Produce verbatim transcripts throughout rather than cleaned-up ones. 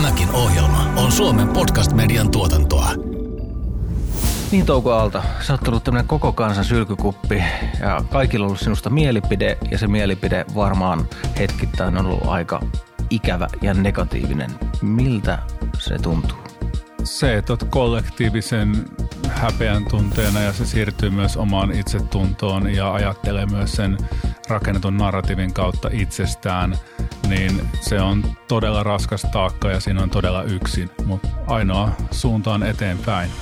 Tämäkin ohjelma on Suomen podcast-median tuotantoa. Niin Touko Aalto, sä oot ollut tämmönen koko kansan sylkykuppi ja kaikilla on ollut sinusta mielipide ja se mielipide varmaan hetkittäin on ollut aika ikävä ja negatiivinen. Miltä se tuntuu? Se, että oot kollektiivisen häpeän tunteena ja se siirtyy myös omaan itsetuntoon ja ajattelee myös sen rakennetun narratiivin kautta itsestään, niin se on todella raskas taakka ja siinä on todella yksin, mutta ainoa suunta on eteenpäin.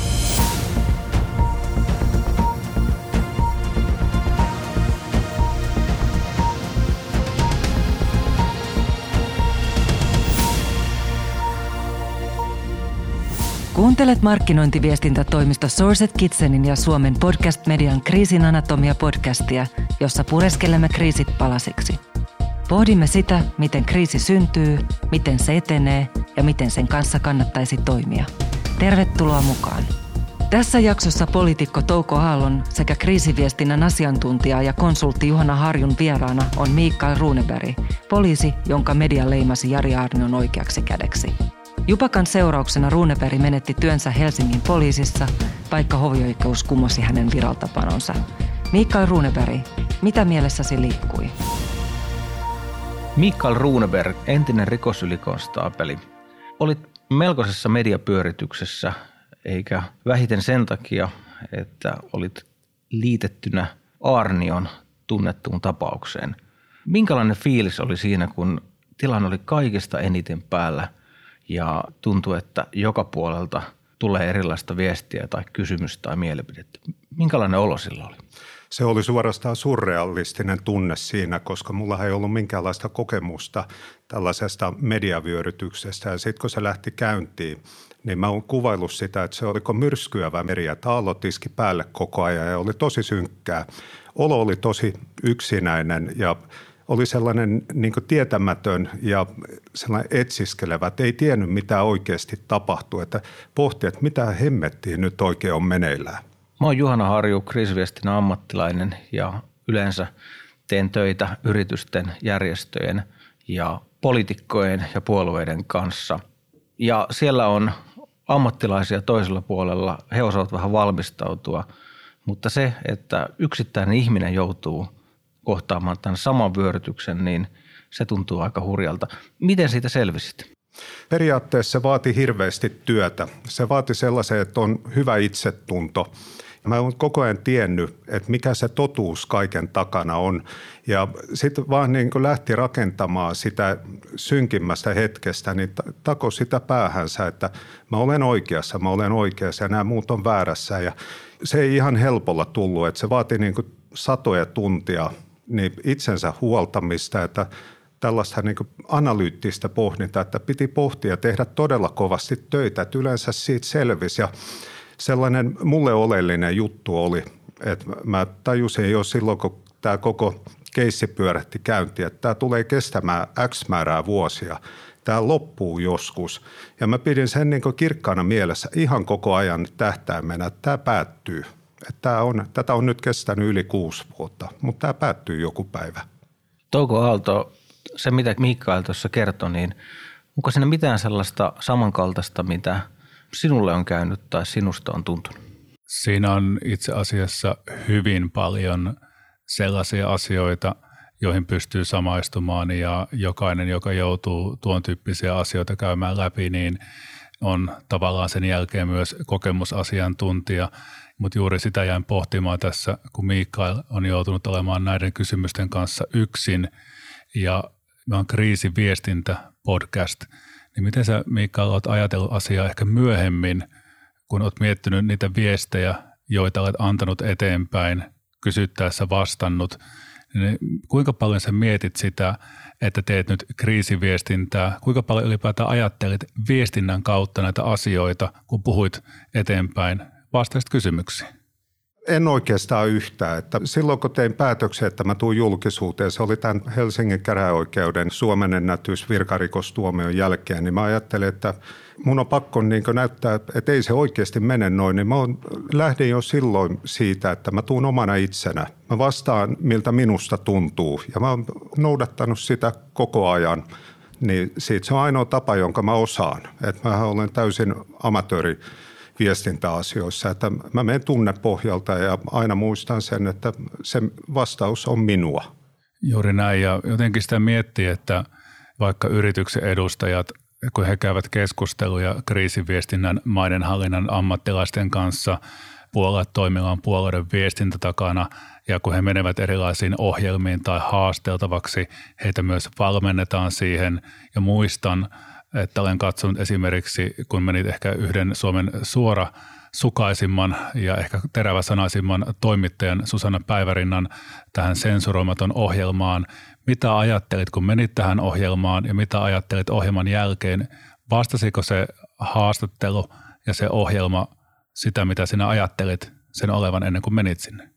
Kuuntelet markkinointiviestintätoimisto Sourced Kitchenin ja Suomen podcast-median Kriisin anatomia-podcastia, jossa pureskelemme kriisit palasiksi. Pohdimme sitä, miten kriisi syntyy, miten se etenee ja miten sen kanssa kannattaisi toimia. Tervetuloa mukaan! Tässä jaksossa poliitikko Touko Aallon sekä kriisiviestinnän asiantuntija ja konsultti Juhana Harjun vieraana on Mikael Runeberg, poliisi, jonka media leimasi Jari Aarnion oikeaksi kädeksi. Jupakan seurauksena Runeberg menetti työnsä Helsingin poliisissa, vaikka hovioikeus kumosi hänen viraltapanonsa. Mikael Runeberg, mitä mielessäsi liikkui? Mikael Runeberg, entinen rikosylikonstaapeli. Olit melkoisessa mediapyörityksessä, eikä vähiten sen takia, että olit liitettynä Aarnion tunnettuun tapaukseen. Minkälainen fiilis oli siinä, kun tilanne oli kaikista eniten päällä ja tuntui, että joka puolelta tulee erilaista viestiä tai kysymystä tai mielipidettä? Minkälainen olo sillä oli? Se oli suorastaan surrealistinen tunne siinä, koska mulla ei ollut minkäänlaista kokemusta tällaisesta mediavyörytyksestä. Ja sitten kun se lähti käyntiin, niin mä oon kuvaillut sitä, että se oliko myrskyävä meri, että aallot iski päälle koko ajan ja oli tosi synkkää. Olo oli tosi yksinäinen ja oli sellainen niin kuin tietämätön ja sellainen etsiskelevä, että ei tiennyt mitä oikeasti tapahtui, että pohti, että mitä hemmettiin nyt oikein on meneillään. Mä oon Juhana Harju, kriisiviestinnän ammattilainen ja yleensä teen töitä yritysten, järjestöjen ja poliitikkojen ja puolueiden kanssa. Ja siellä on ammattilaisia toisella puolella, he osaavat vähän valmistautua, mutta se, että yksittäinen ihminen joutuu kohtaamaan tämän saman vyörytyksen, niin se tuntuu aika hurjalta. Miten siitä selvisit? Periaatteessa se vaati hirveästi työtä. Se vaati sellaisen, että on hyvä itsetunto. Mä oon koko ajan tiennyt, että mikä se totuus kaiken takana on. Ja sitten vaan niin kuin lähti rakentamaan sitä synkimmästä hetkestä, niin tako sitä päähänsä, että mä olen oikeassa, mä olen oikeassa ja nämä muut on väärässä. Ja se ei ihan helpolla tullut, että se vaati niin kuin satoja tuntia niin itsensä huoltamista, että tällaista niin kuin analyyttistä pohdintaa, että piti pohtia ja tehdä todella kovasti töitä, että yleensä siitä selvisi. Ja sellainen mulle oleellinen juttu oli, että mä tajusin jo silloin, kun tämä koko keissi pyörähti käyntiin, että tämä tulee kestämään X määrää vuosia. Tämä loppuu joskus. Ja mä pidin sen niin kuin kirkkaana mielessä ihan koko ajan tähtäimenä, että tämä päättyy. Että tämä on, tätä on nyt kestänyt yli kuusi vuotta, mutta tämä päättyy joku päivä. Touko Aalto, se mitä Mikael tuossa kertoi, niin onko siinä mitään sellaista samankaltaista, mitä sinulle on käynyt tai sinusta on tuntunut? Siinä on itse asiassa hyvin paljon sellaisia asioita, joihin pystyy samaistumaan ja jokainen, joka joutuu tuon tyyppisiä asioita käymään läpi, niin on tavallaan sen jälkeen myös kokemusasiantuntija. Mutta juuri sitä jäin pohtimaan tässä, kun Mikael on joutunut olemaan näiden kysymysten kanssa yksin ja me on kriisiviestintä-podcast. Niin miten sä, Mikael, olet ajatellut asiaa ehkä myöhemmin, kun olet miettinyt niitä viestejä, joita olet antanut eteenpäin, kysyttäessä vastannut, niin kuinka paljon sä mietit sitä, että teet nyt kriisiviestintää, kuinka paljon ylipäätään ajattelit viestinnän kautta näitä asioita, kun puhuit eteenpäin, vastasit kysymyksiin? En oikeastaan yhtään. Että silloin kun tein päätöksen, että mä tuun julkisuuteen, se oli tämän Helsingin käräjäoikeuden Suomen ennätys virkarikostuomion jälkeen, niin mä ajattelin, että mun on pakko niin näyttää, että ei se oikeasti mene noin, niin mä lähdin jo silloin siitä, että mä tuun omana itsenä. Mä vastaan, miltä minusta tuntuu ja mä oon noudattanut sitä koko ajan. niin siitä se on ainoa tapa, jonka mä osaan. Että mähän olen täysin amatööri viestintäasioissa, että mä menen tunnepohjalta ja aina muistan sen, että se vastaus on minua. Juuri näin, ja jotenkin sitä miettii, että vaikka yrityksen edustajat, kun he käyvät keskusteluja kriisiviestinnän maidenhallinnan ammattilaisten kanssa, puolueet toimillaan puolueiden viestintä takana, ja kun he menevät erilaisiin ohjelmiin tai haasteltavaksi, heitä myös valmennetaan siihen, ja muistan, että olen katsonut esimerkiksi, kun menit ehkä yhden Suomen suora sukaisimman ja ehkä teräväsanaisimman toimittajan Susanna Päivärinnan tähän sensuroimaton ohjelmaan. Mitä ajattelit, kun menit tähän ohjelmaan ja mitä ajattelit ohjelman jälkeen? Vastasiko se haastattelu ja se ohjelma sitä, mitä sinä ajattelit sen olevan ennen kuin menit sinne?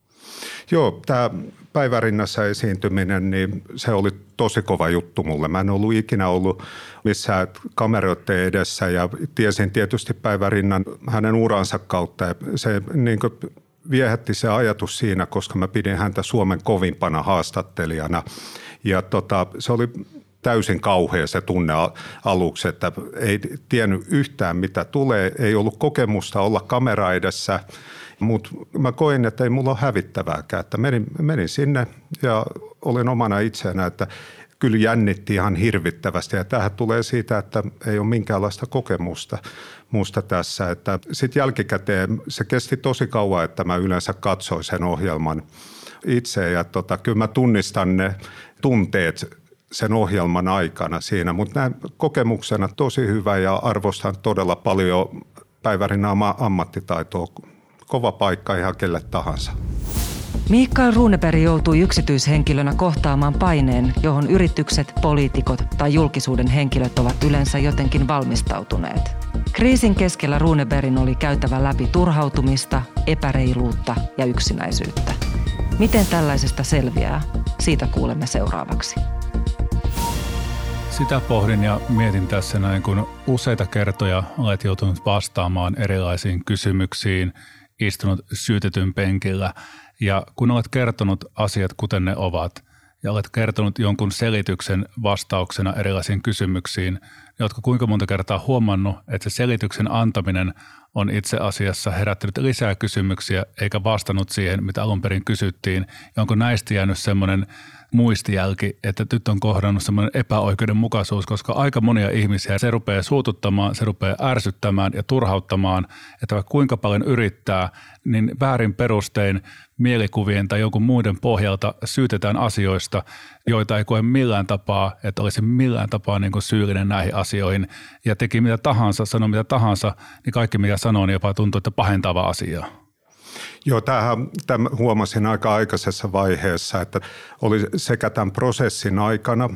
Joo, tämä Päivärinnassa esiintyminen, niin se oli tosi kova juttu mulle. Mä en ollut ikinä ollut missään kameroiden edessä ja tiesin tietysti Päivärinnan hänen uransa kautta. Ja se niin kuin viehätti se ajatus siinä, koska mä pidin häntä Suomen kovimpana haastattelijana. Ja tota, se oli täysin kauhea se tunne aluksi, että ei tiennyt yhtään mitä tulee, ei ollut kokemusta olla kamera edessä. Mutta mä koin, että ei mulla ole hävittävääkään, että menin, menin sinne ja olin omana itseänä, että kyllä jännitti ihan hirvittävästi. Ja tämähän tulee siitä, että ei ole minkäänlaista kokemusta musta tässä. Sitten jälkikäteen se kesti tosi kauan, että mä yleensä katsoin sen ohjelman itse. Ja tota, kyllä mä tunnistan ne tunteet sen ohjelman aikana siinä, mutta näin kokemuksena tosi hyvä ja arvostan todella paljon Päivärinnan ammattitaitoa. Kova paikka ihan kelle tahansa. Mikael Runeberg joutui yksityishenkilönä kohtaamaan paineen, johon yritykset, poliitikot tai julkisuuden henkilöt ovat yleensä jotenkin valmistautuneet. Kriisin keskellä Runebergin oli käytävä läpi turhautumista, epäreiluutta ja yksinäisyyttä. Miten tällaisesta selviää? Siitä kuulemme seuraavaksi. Sitä pohdin ja mietin tässä näin, kun useita kertoja olet joutunut vastaamaan erilaisiin kysymyksiin, istunut syytetyn penkillä ja kun olet kertonut asiat kuten ne ovat ja olet kertonut jonkun selityksen vastauksena erilaisiin kysymyksiin, niin oletko kuinka monta kertaa huomannut, että se selityksen antaminen on itse asiassa herättänyt lisää kysymyksiä eikä vastannut siihen, mitä alun perin kysyttiin, ja onko näistä jäänyt semmoinen muistijälki, että nyt on kohdannut semmoinen epäoikeudenmukaisuus, koska aika monia ihmisiä se rupeaa suututtamaan, se rupeaa ärsyttämään ja turhauttamaan, että vaikka kuinka paljon yrittää, niin väärin perustein mielikuvien tai jonkun muiden pohjalta syytetään asioista, joita ei koe millään tapaa, että olisi millään tapaa niin kuin syyllinen näihin asioihin ja teki mitä tahansa, sanoi mitä tahansa, niin kaikki mitä sanoo, niin jopa tuntuu, että pahentava asiaa. Joo, tämähän tämän huomasin aika aikaisessa vaiheessa, että oli sekä tämän prosessin aikana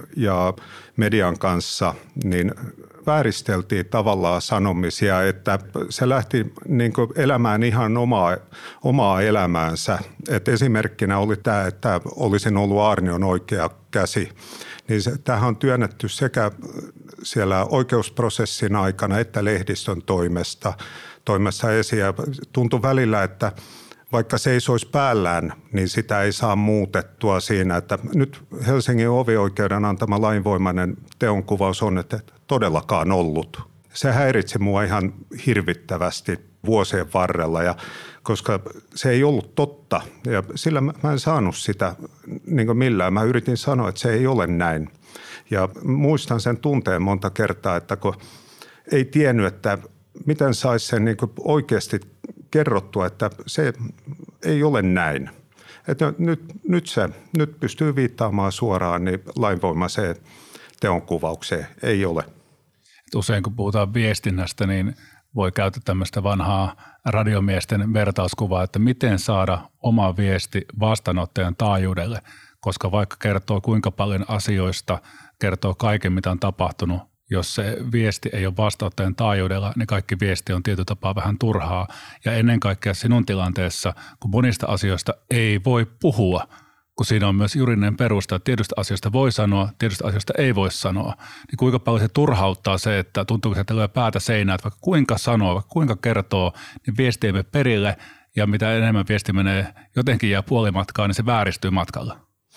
ja median kanssa, niin vääristeltiin tavallaan sanomisia, että se lähti niin kuin elämään ihan omaa, omaa elämäänsä. Et esimerkkinä oli tämä, että olisin ollut Aarnion oikea käsi. Niin se, tämähän on työnnetty sekä siellä oikeusprosessin aikana että lehdistön toimesta, toimessa esiin. Ja tuntui välillä, että vaikka se ei olisi päällään, niin sitä ei saa muutettua siinä, että nyt Helsingin hovioikeuden antama lainvoimainen teonkuvaus on, että todellakaan ollut. Se häiritsi mua ihan hirvittävästi vuosien varrella, ja koska se ei ollut totta ja sillä mä en saanut sitä niin kuin millään. Mä yritin sanoa, että se ei ole näin. Ja muistan sen tunteen monta kertaa, että kun ei tiennyt, että miten saisi sen niin kuin oikeasti kerrottua, että se ei ole näin. Että nyt, nyt, se, nyt pystyy viittaamaan suoraan niin lainvoimaiseen teonkuvaukseen. Ei ole. Usein kun puhutaan viestinnästä, niin voi käyttää tämmöistä vanhaa radiomiesten vertauskuvaa, että miten saada oma viesti vastaanottajan taajuudelle, koska vaikka kertoo kuinka paljon asioista, kertoo kaiken mitä on tapahtunut, jos se viesti ei ole vastaanottajan taajuudella, niin kaikki viesti on tietyllä tapaa vähän turhaa. Ja ennen kaikkea sinun tilanteessa, kun monista asioista ei voi puhua, kun siinä on myös juridinen perusta, että tietystä asioista voi sanoa, tietystä asioista ei voi sanoa, niin kuinka paljon se turhauttaa se, että tuntuu, että lyö päätä seinään, että vaikka kuinka sanoo, vaikka kuinka kertoo, niin viesti ei mene perille, ja mitä enemmän viesti menee jotenkin jää puolimatkaan, niin se vääristyy matkalla.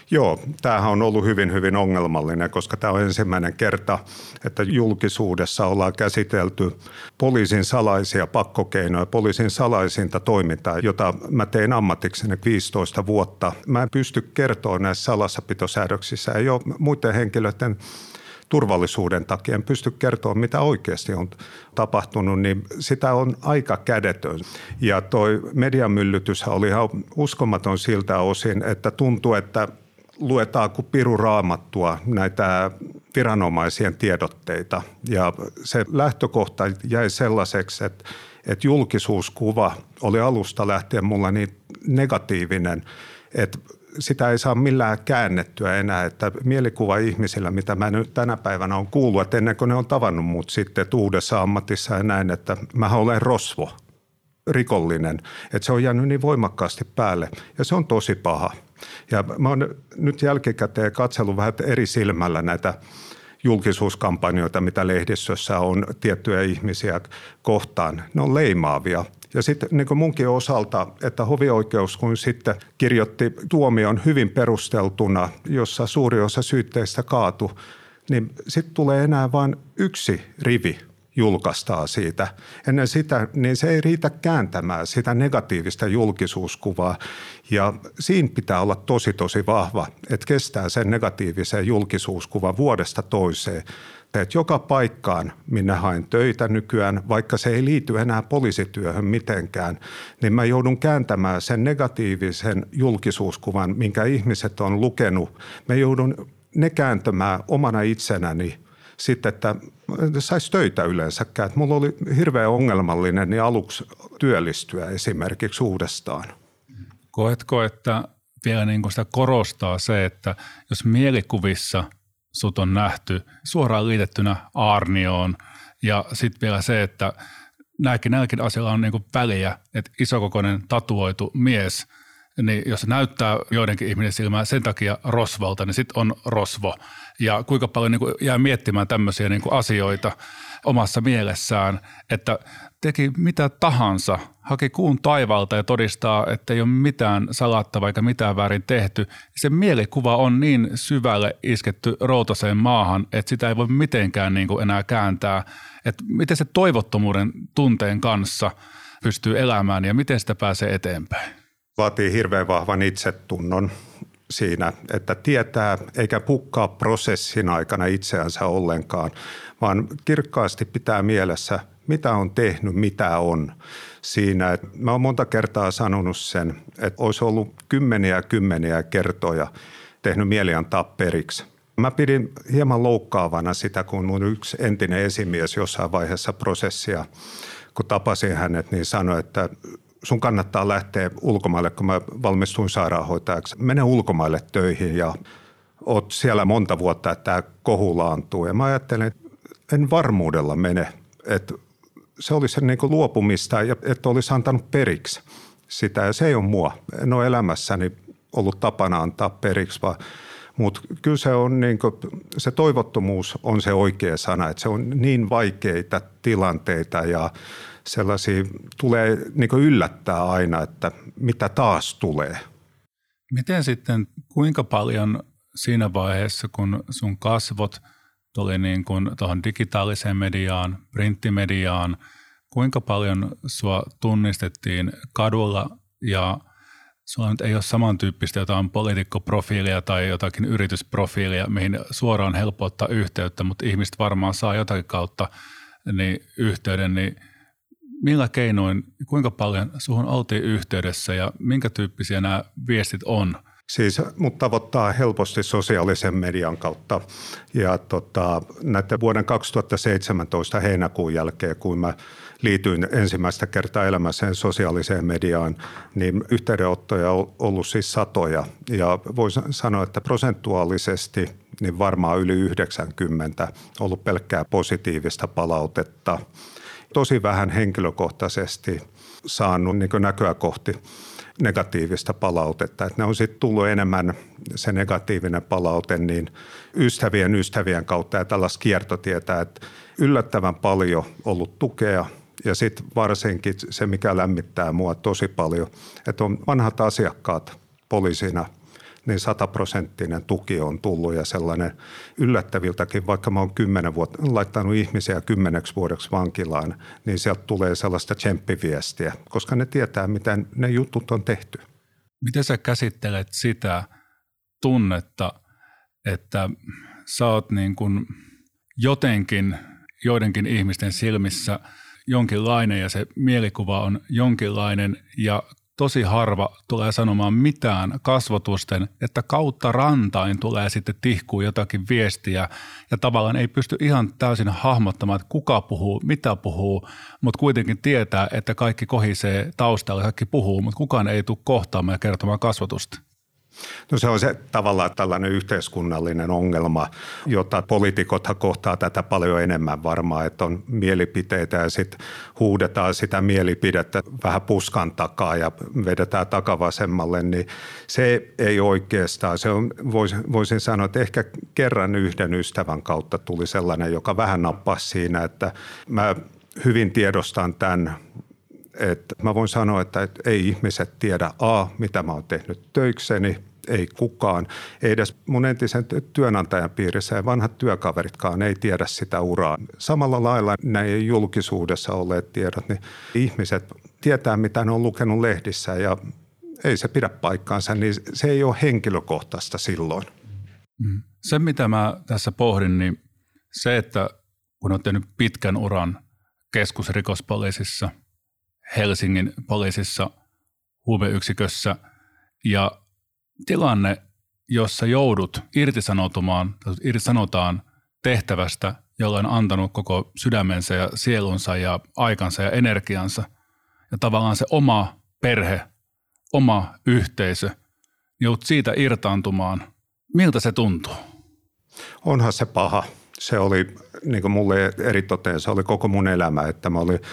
Joo, tämähän on ollut hyvin, hyvin ongelmallinen, koska tämä on ensimmäinen kerta, että julkisuudessa ollaan käsitelty poliisin salaisia pakkokeinoja, poliisin salaisinta toimintaa, jota mä tein ammatikseni viisitoista vuotta. Mä en pysty kertoa näissä salassapitosäädöksissä, ei ole muiden henkilöiden turvallisuuden takia, en pysty kertoa, mitä oikeasti on tapahtunut, niin sitä on aika kädetön. Ja toi mediamyllytys oli ihan uskomaton siltä osin, että tuntuu, että luetaan kuin piru raamattua näitä viranomaisien tiedotteita. Ja se lähtökohta jäi sellaiseksi, että, että julkisuuskuva oli alusta lähtien mulla niin negatiivinen, että sitä ei saa millään käännettyä enää, että mielikuva ihmisillä, mitä mä nyt tänä päivänä on kuullut, että ennen kuin ne on tavannut mut sitten uudessa ammatissa ja näin, että mä olen rosvo, rikollinen, että se on jäänyt niin voimakkaasti päälle ja se on tosi paha. Ja mä oon nyt jälkikäteen katsellut vähän eri silmällä näitä julkisuuskampanjoita, mitä lehdistössä on tiettyjä ihmisiä kohtaan. Ne on leimaavia. Ja sitten niin kuin munkin osalta, että hovioikeus kun sitten kirjoitti tuomion hyvin perusteltuna, jossa suuri osa syytteistä kaatui, niin sitten tulee enää vain yksi rivi julkaistaan siitä. Ennen sitä, niin se ei riitä kääntämään sitä negatiivista julkisuuskuvaa. Ja siinä pitää olla tosi, tosi vahva, että kestää sen negatiivisen julkisuuskuvan vuodesta toiseen. Että joka paikkaan, minne haen töitä nykyään, vaikka se ei liity enää poliisityöhön mitenkään, niin mä joudun kääntämään sen negatiivisen julkisuuskuvan, minkä ihmiset on lukenut. Mä joudun ne kääntämään omana itsenäni sitten, että saisi töitä yleensäkään. Että mulla oli hirveän ongelmallinen niin aluksi työllistyä esimerkiksi uudestaan. Koetko, että vielä niin kuin sitä korostaa se, että jos mielikuvissa sut on nähty suoraan liitettynä aarnioon ja sitten vielä se, että nämäkin, nämäkin asioilla on niin kuin väliä, että isokokoinen tatuoitu mies, niin jos näyttää joidenkin ihminen silmään sen takia rosvolta, niin sitten on rosvo. Ja kuinka paljon niin kuin jää miettimään tämmöisiä niin kuin asioita omassa mielessään, että teki mitä tahansa, haki kuun taivalta ja todistaa, että ei ole mitään salattavaa eikä mitään väärin tehty. Se mielikuva on niin syvälle isketty routoseen maahan, että sitä ei voi mitenkään niin kuin enää kääntää. Että miten se toivottomuuden tunteen kanssa pystyy elämään ja miten sitä pääsee eteenpäin? Vaatii hirveän vahvan itsetunnon siinä, että tietää eikä pukkaa prosessin aikana itseänsä ollenkaan, vaan kirkkaasti pitää mielessä, mitä on tehnyt, mitä on siinä. Mä oon monta kertaa sanonut sen, että olisi ollut kymmeniä kymmeniä kertoja tehnyt mieli antaa periksi. Mä pidin hieman loukkaavana sitä, kun mun yksi entinen esimies jossain vaiheessa prosessia, kun tapasin hänet, niin sanoi, että sun kannattaa lähteä ulkomaille, kun mä valmistuin sairaanhoitajaksi. Mene ulkomaille töihin ja oot siellä monta vuotta, että tämä kohu laantuu. Ja mä ajattelin, että en varmuudella mene. Että se olisi se niin kuin luopumista ja että olisi antanut periksi sitä. Ja se ei ole mua. En ole elämässäni ollut tapana antaa periksi, vaan mutta kyllä se on niin kuin, se toivottomuus on se oikea sana, että se on niin vaikeita tilanteita ja sellaisia tulee niin kuin yllättää aina, että mitä taas tulee. Miten sitten, kuinka paljon siinä vaiheessa, kun sun kasvot tuli niin kuin tuohon digitaaliseen mediaan, printtimediaan, kuinka paljon sua tunnistettiin kadulla ja sulla nyt ei ole samantyyppistä jotain poliitikkoprofiilia tai jotakin yritysprofiilia, mihin suoraan helppo ottaa yhteyttä, mutta ihmiset varmaan saa jotakin kautta niin yhteyden, niin millä keinoin, kuinka paljon suhun oltiin yhteydessä ja minkä tyyppisiä nämä viestit on? Siis mut tavoittaa helposti sosiaalisen median kautta ja tota, näiden vuoden kaksituhattaseitsemäntoista heinäkuun jälkeen, kun mä liityin ensimmäistä kertaa elämässään sosiaaliseen mediaan, niin yhteydenottoja on ollut siis satoja ja voisi sanoa, että prosentuaalisesti niin varmaan yli yhdeksänkymmentä ollut pelkkää positiivista palautetta. Tosi vähän henkilökohtaisesti saanut niin kuin näköä kohti negatiivista palautetta. Että ne on sitten tullut enemmän se negatiivinen palaute niin ystävien ystävien kautta ja tällaista kiertotietä, että yllättävän paljon ollut tukea ja sitten varsinkin se, mikä lämmittää mua tosi paljon, että on vanhat asiakkaat poliisina niin sataprosenttinen tuki on tullut ja sellainen yllättäviltäkin, vaikka mä oon kymmenen vuotta laittanut ihmisiä kymmeneksi vuodeksi vankilaan, niin sieltä tulee sellaista tsemppiviestiä, koska ne tietää, miten ne jutut on tehty. Miten sä käsittelet sitä tunnetta, että sä oot niin kuin jotenkin joidenkin ihmisten silmissä jonkinlainen ja se mielikuva on jonkinlainen ja tosi harva tulee sanomaan mitään kasvotusten, että kautta rantain tulee sitten tihkuu jotakin viestiä ja tavallaan ei pysty ihan täysin hahmottamaan, että kuka puhuu, mitä puhuu, mutta kuitenkin tietää, että kaikki kohisee taustalla, kaikki puhuu, mutta kukaan ei tule kohtaamaan ja kertomaan kasvotusta. No se on se tavallaan tällainen yhteiskunnallinen ongelma, jota poliitikothan kohtaa tätä paljon enemmän varmaan, että on mielipiteitä ja sitten huudetaan sitä mielipidettä vähän puskan takaa ja vedetään takavasemmalle, niin se ei oikeastaan, se on, voisin sanoa, että ehkä kerran yhden ystävän kautta tuli sellainen, joka vähän nappasi siinä, että mä hyvin tiedostan tämän. Että mä voin sanoa, että ei ihmiset tiedä A, mitä mä oon tehnyt töikseni, ei kukaan. Ei edes mun entisen työnantajan piirissä ja vanhat työkaveritkaan ei tiedä sitä uraa. Samalla lailla näin julkisuudessa olleet tiedot, niin ihmiset tietää, mitä ne on lukenut lehdissä ja ei se pidä paikkaansa, niin se ei ole henkilökohtaista silloin. Se, mitä mä tässä pohdin, niin se, että kun on tehnyt pitkän uran keskusrikospoliisissa, Helsingin poliisissa, huumeyksikössä ja tilanne, jossa joudut irtisanoutumaan, irtisanotaan tehtävästä, jolla on antanut koko sydämensä ja sielunsa ja aikansa ja energiansa ja tavallaan se oma perhe, oma yhteisö, joudut siitä irtaantumaan. Miltä se tuntuu? Onhan se paha. Se oli, niin kuin mulle eritoten, se oli koko mun elämä, että mä olin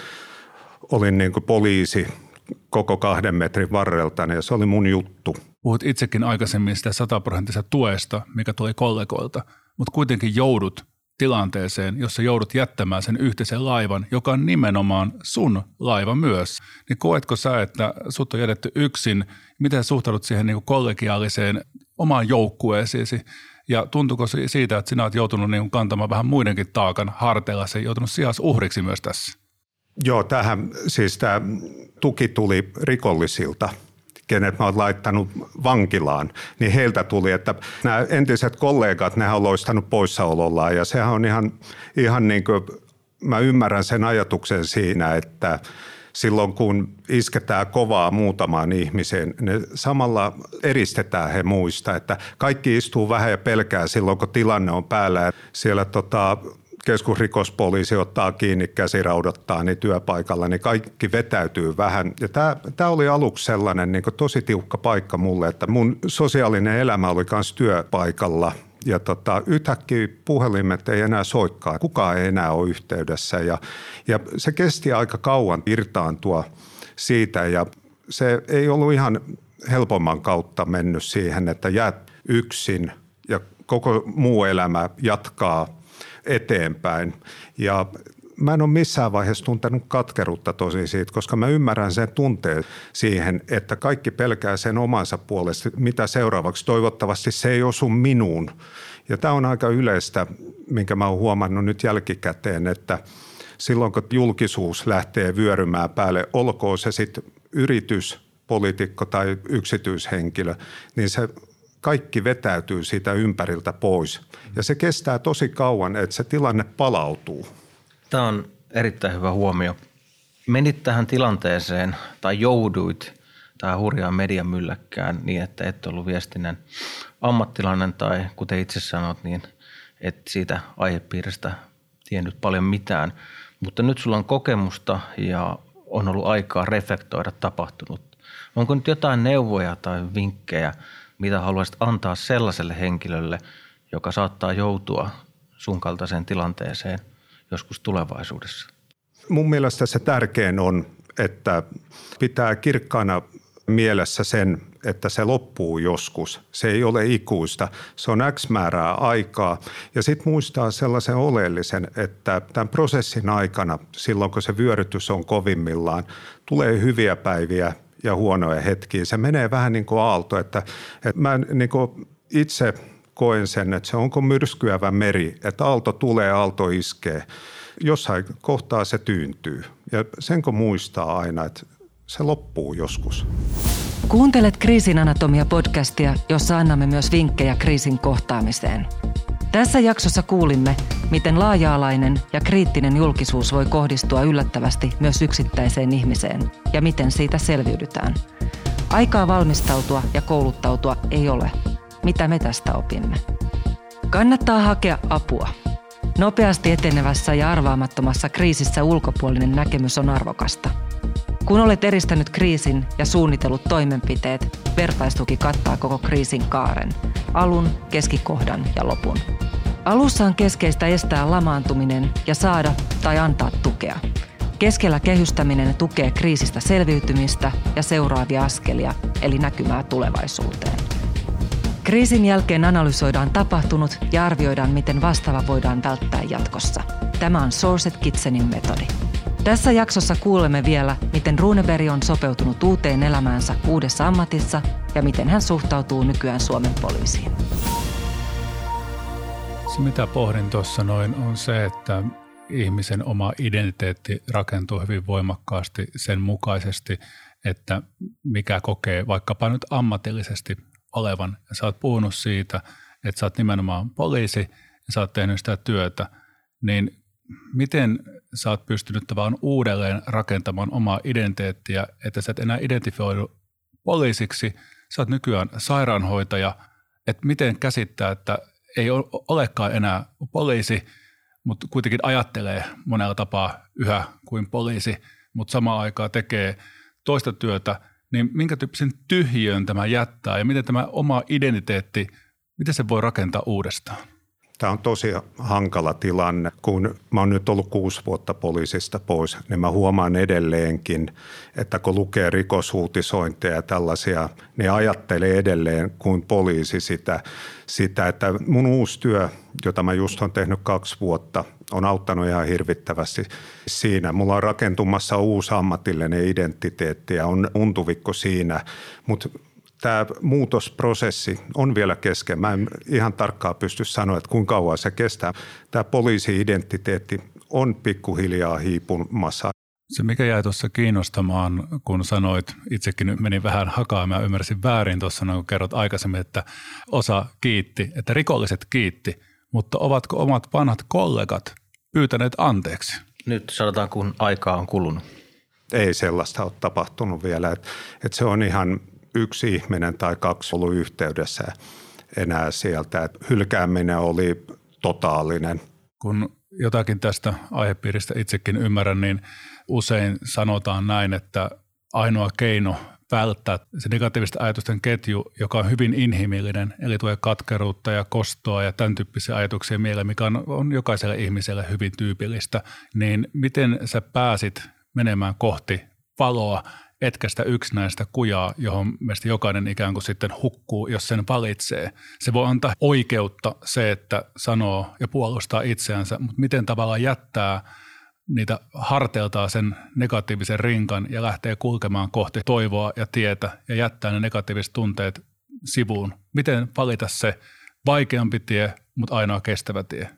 Olin niin kuin poliisi koko kahden metrin varreltani ja se oli mun juttu. Puhut itsekin aikaisemmin sitä sataprosenttisesta tuesta, mikä tuli kollegoilta, mutta kuitenkin joudut tilanteeseen, jossa joudut jättämään sen yhteisen laivan, joka on nimenomaan sun laiva myös. Niin koetko sä, että sut on jätetty yksin? Miten suhtaudut siihen niin kuin kollegiaaliseen omaan joukkueesiisi? Ja tuntuuko siitä, että sinä olet joutunut niin kuin kantamaan vähän muidenkin taakan harteilla, se joutunut sijais uhriksi myös tässä? Joo, tähän siis tämä tuki tuli rikollisilta, kenet mä oon laittanut vankilaan, niin heiltä tuli, että nämä entiset kollegat, nehän on loistanut poissaolollaan ja sehän on ihan, ihan niin kuin, mä ymmärrän sen ajatuksen siinä, että silloin kun isketään kovaa muutamaan ihmiseen, ne samalla eristetään he muista, että kaikki istuu vähän ja pelkää silloin, kun tilanne on päällä. Siellä tota, keskusrikospoliisi ottaa kiinni, käsi raudottaa niin työpaikalla, niin kaikki vetäytyy vähän. Ja tämä, tämä oli aluksi sellainen niin kuin tosi tiukka paikka mulle, että mun sosiaalinen elämä oli myös työpaikalla. Ja tota, yhtäkkiä puhelimet ei enää soikkaa, kukaan ei enää ole yhteydessä ja, ja se kesti aika kauan irtaantua siitä ja se ei ollut ihan helpomman kautta mennyt siihen, että jäät yksin ja koko muu elämä jatkaa eteenpäin ja mä en ole missään vaiheessa tuntenut katkeruutta tosi siitä, koska mä ymmärrän sen tunteen siihen, että kaikki pelkää sen omansa puolesta, mitä seuraavaksi. Toivottavasti se ei osu minuun. Ja tämä on aika yleistä, minkä mä oon huomannut nyt jälkikäteen, että silloin kun julkisuus lähtee vyörymään päälle, olkoon se sitten yritys, poliitikko tai yksityishenkilö, niin se kaikki vetäytyy siitä ympäriltä pois. Ja se kestää tosi kauan, että se tilanne palautuu. Tämä on erittäin hyvä huomio. Menit tähän tilanteeseen tai jouduit tähän hurjaan median mylläkkään niin, että et ollut viestinnän ammattilainen tai kuten itse sanot, niin et siitä aihepiiristä tiennyt paljon mitään. Mutta nyt sulla on kokemusta ja on ollut aikaa reflektoida tapahtunut. Onko nyt jotain neuvoja tai vinkkejä, mitä haluaisit antaa sellaiselle henkilölle, joka saattaa joutua sun kaltaiseen tilanteeseen joskus tulevaisuudessa? Mun mielestä se tärkein on, että pitää kirkkaana mielessä sen, että se loppuu joskus. Se ei ole ikuista. Se on X määrää aikaa. Ja sitten muistaa sellaisen oleellisen, että tämän prosessin aikana, silloin kun se vyörytys on kovimmillaan, tulee hyviä päiviä ja huonoja hetkiä. Se menee vähän niin kuin aalto, että, että mä niin kuin itse koen sen, että se onko myrskyävä meri, että aalto tulee, aalto iskee. Jossain kohtaa se tyyntyy ja sen kun muistaa aina, että se loppuu joskus. Kuuntelet Kriisin anatomia-podcastia, jossa annamme myös vinkkejä kriisin kohtaamiseen. Tässä jaksossa kuulimme, miten laaja-alainen ja kriittinen julkisuus voi kohdistua yllättävästi myös yksittäiseen ihmiseen ja miten siitä selviydytään. Aikaa valmistautua ja kouluttautua ei ole. Mitä me tästä opimme? Kannattaa hakea apua. Nopeasti etenevässä ja arvaamattomassa kriisissä ulkopuolinen näkemys on arvokasta. Kun olet eristänyt kriisin ja suunnitellut toimenpiteet, vertaistuki kattaa koko kriisin kaaren, alun, keskikohdan ja lopun. Alussa on keskeistä estää lamaantuminen ja saada tai antaa tukea. Keskellä kehystäminen tukee kriisistä selviytymistä ja seuraavia askelia, eli näkymää tulevaisuuteen. Kriisin jälkeen analysoidaan tapahtunut ja arvioidaan, miten vastaava voidaan välttää jatkossa. Tämä on Sourced Kitchenin metodi. Tässä jaksossa kuulemme vielä, miten Runeberg on sopeutunut uuteen elämäänsä uudessa ammatissa ja miten hän suhtautuu nykyään Suomen poliisiin. Se mitä pohdin tuossa noin on se, että ihmisen oma identiteetti rakentuu hyvin voimakkaasti sen mukaisesti, että mikä kokee vaikkapa nyt ammatillisesti olevan. Ja sä oot puhunut siitä, että sä oot nimenomaan poliisi ja sä oot tehnyt sitä työtä, niin miten sä oot pystynyt tavallaan uudelleen rakentamaan omaa identiteettiä, että sä et enää identifioidu poliisiksi, sä oot nykyään sairaanhoitaja, että miten käsittää, että ei olekaan enää poliisi, mutta kuitenkin ajattelee monella tapaa yhä kuin poliisi, mutta samaan aikaan tekee toista työtä, niin minkä tyyppisen tyhjiön tämä jättää ja miten tämä oma identiteetti, miten se voi rakentaa uudestaan? Tämä on tosi hankala tilanne. Kun mä oon nyt ollut kuusi vuotta poliisista pois, niin mä huomaan edelleenkin, että kun lukee rikosuutisointeja ja tällaisia, niin ajattelee edelleen kuin poliisi sitä, sitä, että mun uusi työ, jota mä just on tehnyt kaksi vuotta, on auttanut ihan hirvittävästi siinä. Mulla on rakentumassa uusi ammatillinen identiteetti ja on untuvikko siinä, mutta tämä muutosprosessi on vielä kesken. Mä en ihan tarkkaan pysty sanoa, että kuinka kauan se kestää. Tämä poliisi-identiteetti on pikkuhiljaa hiipumassa. Se mikä jäi tuossa kiinnostamaan, kun sanoit, itsekin menin vähän hakaamaan ja ymmärsin väärin tuossa, kun kerrot aikaisemmin, että osa kiitti, että rikolliset kiitti, mutta ovatko omat vanhat kollegat pyytäneet anteeksi? Nyt sanotaan, kun aikaa on kulunut. Ei sellaista ole tapahtunut vielä, että, että se on ihan yksi ihminen tai kaksi ollut yhteydessä enää sieltä. Että hylkääminen oli totaalinen. Kun jotakin tästä aihepiiristä itsekin ymmärrän, niin usein sanotaan näin, että ainoa keino välttää se negatiivisten ajatusten ketju, joka on hyvin inhimillinen, eli tulee katkeruutta ja kostoa ja tämän tyyppisiä ajatuksia mieleen, mikä on, on jokaiselle ihmiselle hyvin tyypillistä, niin miten sä pääsit menemään kohti valoa, etkä sitä yksinäistä kujaa, johon meistä jokainen ikään kuin sitten hukkuu, jos sen valitsee. Se voi antaa oikeutta se, että sanoo ja puolustaa itseänsä, mutta miten tavallaan jättää niitä harteiltaan sen negatiivisen rinkan ja lähtee kulkemaan kohti toivoa ja tietä ja jättää ne negatiiviset tunteet sivuun. Miten valita se vaikeampi tie, mutta ainoa kestävä tie?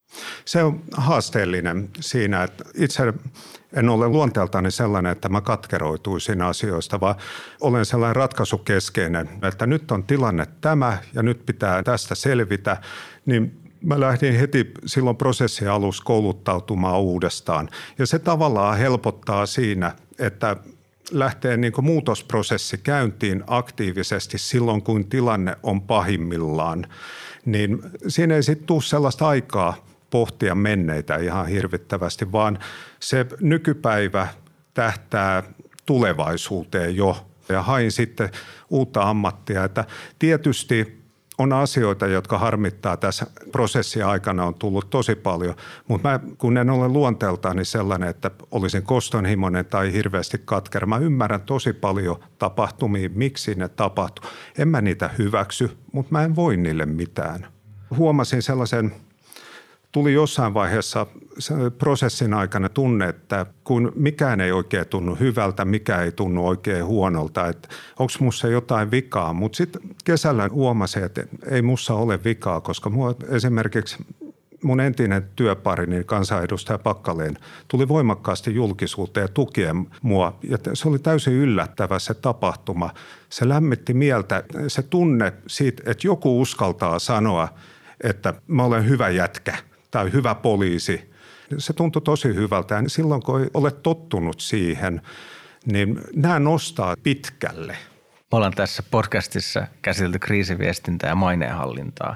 Se on haasteellinen siinä, että itse en ole luonteeltani sellainen, että mä katkeroituisin asioista, vaan olen sellainen ratkaisukeskeinen, että nyt on tilanne tämä ja nyt pitää tästä selvitä, niin mä lähdin heti silloin prosessin alussa kouluttautumaan uudestaan. Ja se tavallaan helpottaa siinä, että lähtee niin kuin muutosprosessi käyntiin aktiivisesti silloin, kun tilanne on pahimmillaan. Niin siinä ei sitten tule sellaista aikaa pohtia menneitä ihan hirvittävästi, vaan se nykypäivä tähtää tulevaisuuteen jo. Ja hain sitten uutta ammattia, että tietysti on asioita, jotka harmittaa tässä prosessin aikana on tullut tosi paljon, mutta mä, kun en ole luonteeltani sellainen, että olisin kostonhimoinen tai hirveästi katkera, mä ymmärrän tosi paljon tapahtumia, miksi ne tapahtuu. En mä niitä hyväksy, mutta mä en voi niille mitään. Huomasin sellaisen tuli jossain vaiheessa prosessin aikana tunne, että kun mikään ei oikein tunnu hyvältä, mikä ei tunnu oikein huonolta, että onko musta jotain vikaa. Mutta sitten kesällä huomasin, että ei musta ole vikaa, koska mua esimerkiksi mun entinen työparini, kansanedustaja Packalén, tuli voimakkaasti julkisuuteen tukien mua. Ja se oli täysin yllättävä se tapahtuma. Se lämmitti mieltä, se tunne siitä, että joku uskaltaa sanoa, että mä olen hyvä jätkä tai hyvä poliisi. Se tuntui tosi hyvältä. Ja silloin, kun olet tottunut siihen, niin nämä nostaa pitkälle. Me ollaan tässä podcastissa käsitelty kriisiviestintää ja maineenhallintaa.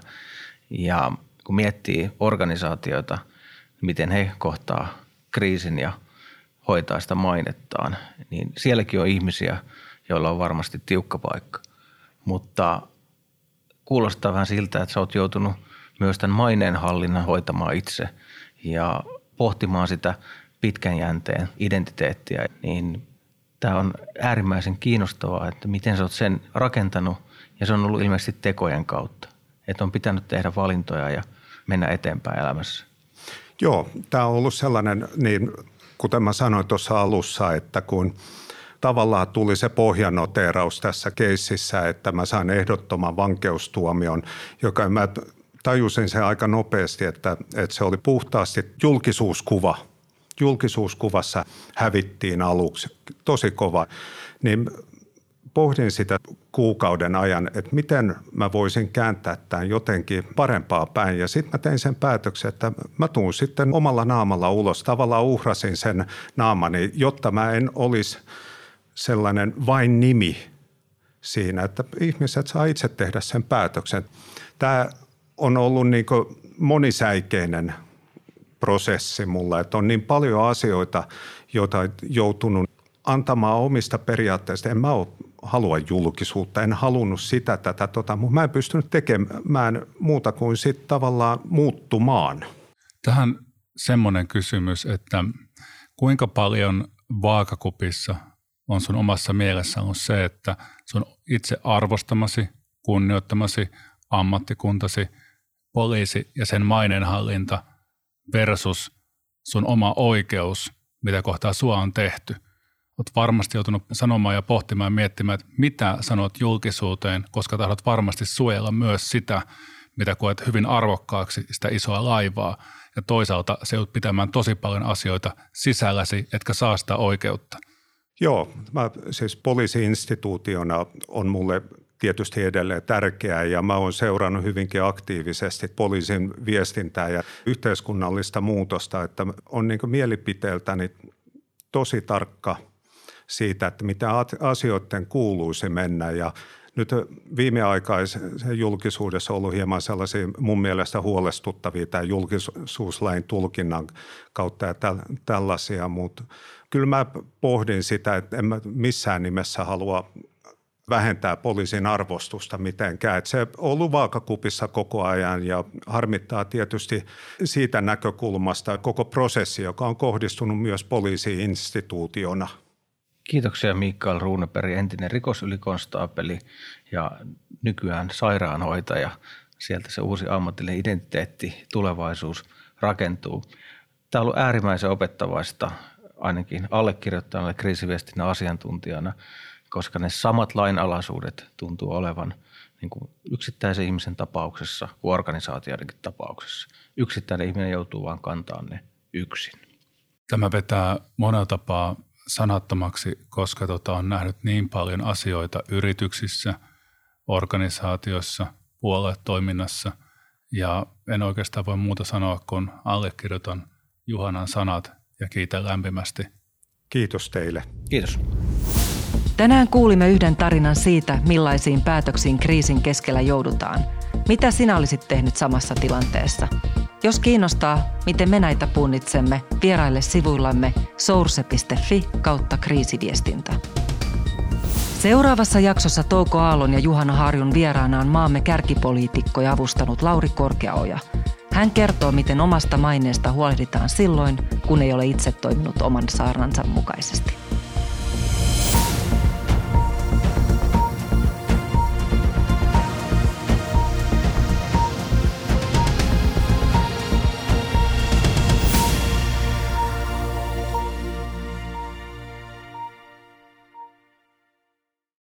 Ja kun miettii organisaatioita, miten he kohtaa kriisin ja hoitaa sitä mainettaan, niin sielläkin on ihmisiä, joilla on varmasti tiukka paikka. Mutta kuulostaa vähän siltä, että sä oot joutunut myös tämän maineenhallinnan hoitamaan itse ja pohtimaan sitä pitkän jänteen identiteettiä. Niin tämä on äärimmäisen kiinnostavaa, että miten sä oot sen rakentanut ja se on ollut ilmeisesti tekojen kautta. Että on pitänyt tehdä valintoja ja mennä eteenpäin elämässä. Joo, tämä on ollut sellainen, niin kuten mä sanoin tuossa alussa, että kun tavallaan tuli se pohjanoteeraus tässä keississä, että mä sain ehdottoman vankeustuomion, joka mä tajusin sen aika nopeasti, että, että se oli puhtaasti julkisuuskuva. Julkisuuskuvassa hävittiin aluksi tosi kova, niin pohdin sitä kuukauden ajan, että miten mä voisin kääntää tämän jotenkin parempaa päin. Ja sitten mä tein sen päätöksen, että mä tuun sitten omalla naamalla ulos. Tavallaan uhrasin sen naamani, jotta mä en olisi sellainen vain nimi siinä, että ihmiset saa itse tehdä sen päätöksen. Tämä on ollut niin kuin monisäikeinen prosessi mulla, että on niin paljon asioita, joita on joutunut antamaan omista periaatteista. En mä ole halua julkisuutta, en halunnut sitä, tätä, tota, mutta mä en pystynyt tekemään muuta kuin sitten tavallaan muuttumaan. Tähän semmoinen kysymys, että kuinka paljon vaakakupissa on sun omassa mielessä on se, että sun itse arvostamasi, kunnioittamasi, ammattikuntasi, poliisi ja sen maineenhallinta versus sun oma oikeus, mitä kohtaa sua on tehty. Olet varmasti joutunut sanomaan ja pohtimaan ja miettimään, että mitä sanot julkisuuteen, koska tahdot varmasti suojella myös sitä, mitä koet hyvin arvokkaaksi, sitä isoa laivaa. Ja toisaalta se joudut pitämään tosi paljon asioita sisälläsi, etkä saa sitä oikeutta. Joo, mä, siis poliisi-instituutiona on mulle tietysti edelleen tärkeää ja mä oon seurannut hyvinkin aktiivisesti poliisin viestintää ja yhteiskunnallista muutosta, että on niin kuin mielipiteeltäni tosi tarkka siitä, että mitä asioiden kuuluisi mennä ja nyt viimeaikaisen julkisuudessa on ollut hieman sellaisia mun mielestä huolestuttavia tämän julkisuuslain tulkinnan kautta ja tällaisia, mutta kyllä mä pohdin sitä, että en mä missään nimessä halua vähentää poliisin arvostusta mitenkään. Että se on ollut vaakakupissa koko ajan ja harmittaa tietysti siitä näkökulmasta koko prosessi, joka on kohdistunut myös poliisi-instituutiona. Kiitoksia Mikael Runeberg, entinen rikosylikonstaapeli ja nykyään sairaanhoitaja. Sieltä se uusi ammatillinen identiteetti, tulevaisuus rakentuu. Tämä on ollut äärimmäisen opettavaista ainakin allekirjoittaneelle kriisiviestinnän asiantuntijana, koska ne samat lainalaisuudet tuntuu olevan niin kuin yksittäisen ihmisen tapauksessa kuin organisaatioidenkin tapauksessa. Yksittäinen ihminen joutuu vaan kantamaan ne yksin. Tämä vetää monella tapaa sanattomaksi, koska tota, on nähnyt niin paljon asioita yrityksissä, organisaatioissa, puoluetoiminnassa ja en oikeastaan voi muuta sanoa, kun allekirjoitan Juhanan sanat ja kiitän lämpimästi. Kiitos teille. Kiitos. Tänään kuulimme yhden tarinan siitä, millaisiin päätöksiin kriisin keskellä joudutaan. Mitä sinä olisit tehnyt samassa tilanteessa? Jos kiinnostaa, miten me näitä punnitsemme, vieraille sivuillamme source piste fi kautta kriisiviestintä. Seuraavassa jaksossa Touko Aallon ja Juhana Harjun vieraana on maamme kärkipoliitikkoja avustanut Lauri Korkeaoja. Hän kertoo, miten omasta maineesta huolehditaan silloin, kun ei ole itse toiminut oman saarnansa mukaisesti.